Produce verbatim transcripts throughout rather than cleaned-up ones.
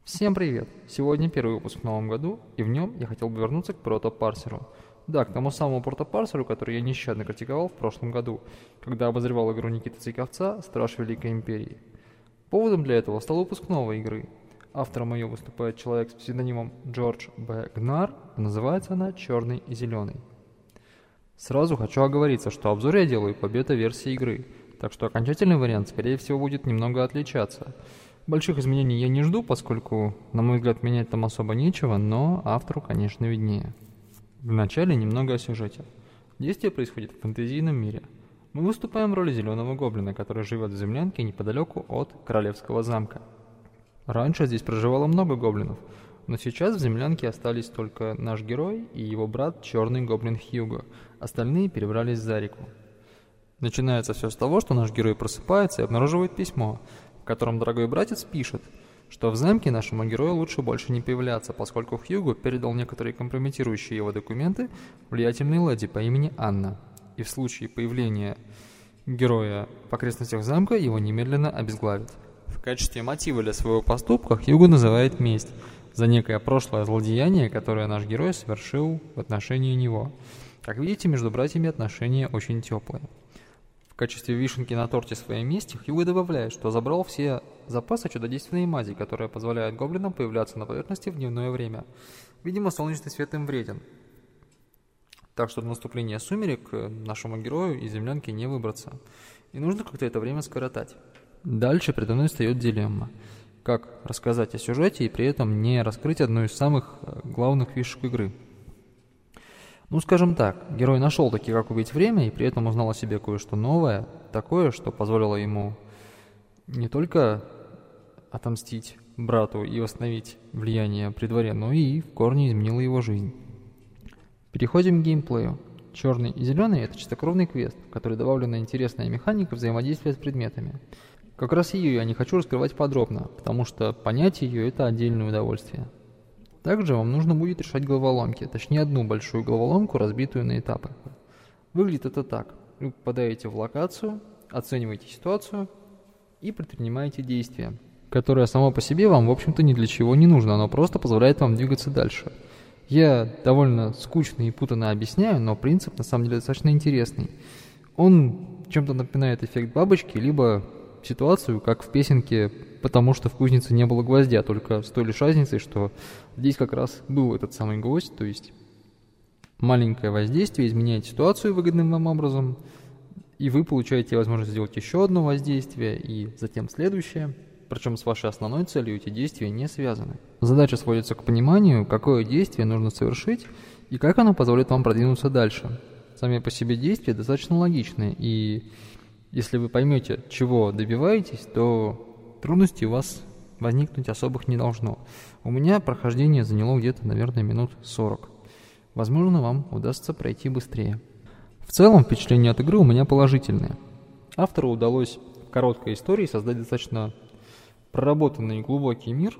Всем привет! Сегодня первый выпуск в новом году, и в нем я хотел бы вернуться к протопарсеру. Да, к тому самому протопарсеру, который я нещадно критиковал в прошлом году, когда обозревал игру Никиты Цейковца «Страж Великой Империи». Поводом для этого стал выпуск новой игры. Автором ее выступает человек с псевдонимом Джордж Б. Гнар, а называется она «Черный и зеленый». Сразу хочу оговориться, что обзор я делаю по бета-версии игры, так что окончательный вариант, скорее всего, будет немного отличаться. Больших изменений я не жду, поскольку, на мой взгляд, менять там особо нечего, но автору, конечно, виднее. Вначале немного о сюжете. Действие происходит в фэнтезийном мире. Мы выступаем в роли зеленого гоблина, который живет в землянке неподалеку от Королевского замка. Раньше здесь проживало много гоблинов, но сейчас в землянке остались только наш герой и его брат Черный гоблин Хьюго, остальные перебрались за реку. Начинается все с того, что наш герой просыпается и обнаруживает письмо, в котором дорогой братец пишет, что в замке нашему герою лучше больше не появляться, поскольку Хьюго передал некоторые компрометирующие его документы влиятельной леди по имени Анна, и в случае появления героя в окрестностях замка его немедленно обезглавят. В качестве мотива для своего поступка Хьюго называет месть за некое прошлое злодеяние, которое наш герой совершил в отношении него. Как видите, между братьями отношения очень теплые. В качестве вишенки на торте своей мести Хьюго добавляет, что забрал все запасы чудодейственной мази, которая позволяет гоблинам появляться на поверхности в дневное время. Видимо, солнечный свет им вреден. Так что до наступления сумерек нашему герою из землянки не выбраться. И нужно как-то это время скоротать. Дальше передо мной встает дилемма. Как рассказать о сюжете и при этом не раскрыть одну из самых главных фишек игры. Ну, скажем так, герой нашел таки, как убить время, и при этом узнал о себе кое-что новое, такое, что позволило ему не только отомстить брату и восстановить влияние при дворе, но и в корне изменило его жизнь. Переходим к геймплею. Черный и зеленый — это чистокровный квест, в который добавлена интересная механика взаимодействия с предметами. Как раз ее я не хочу раскрывать подробно, потому что понять ее — это отдельное удовольствие. Также вам нужно будет решать головоломки, точнее одну большую головоломку, разбитую на этапы. Выглядит это так. Вы попадаете в локацию, оцениваете ситуацию и предпринимаете действие, которое само по себе вам, в общем-то, ни для чего не нужно, оно просто позволяет вам двигаться дальше. Я довольно скучно и путанно объясняю, но принцип на самом деле достаточно интересный. Он чем-то напоминает эффект бабочки, либо ситуацию, как в песенке «Потому что в кузнице не было гвоздя», только с той лишь разницей, что здесь как раз был этот самый гвоздь, то есть маленькое воздействие изменяет ситуацию выгодным вам образом, и вы получаете возможность сделать еще одно воздействие, и затем следующее, причем с вашей основной целью эти действия не связаны. Задача сводится к пониманию, какое действие нужно совершить, и как оно позволит вам продвинуться дальше. Сами по себе действия достаточно логичны, и если вы поймете, чего добиваетесь, то трудностей у вас возникнуть особых не должно. У меня прохождение заняло где-то, наверное, минут сорок. Возможно, вам удастся пройти быстрее. В целом, впечатления от игры у меня положительные. Автору удалось в короткой истории создать достаточно проработанный и глубокий мир.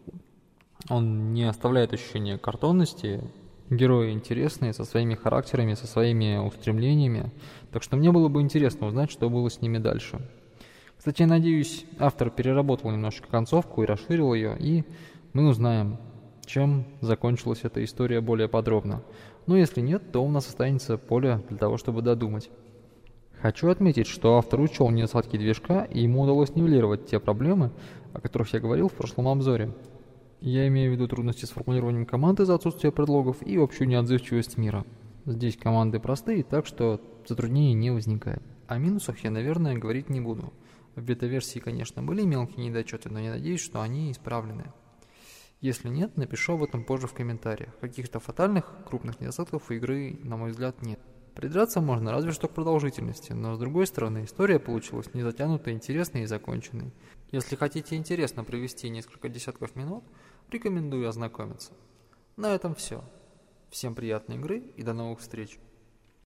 Он не оставляет ощущения картонности. Герои интересные, со своими характерами, со своими устремлениями. Так что мне было бы интересно узнать, что было с ними дальше. Кстати, я надеюсь, автор переработал немножко концовку и расширил ее, и мы узнаем, чем закончилась эта история более подробно. Но если нет, то у нас останется поле для того, чтобы додумать. Хочу отметить, что автор учел недостатки движка, и ему удалось нивелировать те проблемы, о которых я говорил в прошлом обзоре. Я имею в виду трудности с формулированием команд из-за отсутствия предлогов и общую неотзывчивость мира. Здесь команды простые, так что затруднений не возникает. О минусах я, наверное, говорить не буду. В бета-версии, конечно, были мелкие недочеты, но я надеюсь, что они исправлены. Если нет, напишу об этом позже в комментариях. Каких-то фатальных, крупных недостатков у игры, на мой взгляд, нет. Придраться можно разве что к продолжительности, но с другой стороны, история получилась не затянутой, интересной и законченной. Если хотите интересно провести несколько десятков минут, рекомендую ознакомиться. На этом все. Всем приятной игры и до новых встреч.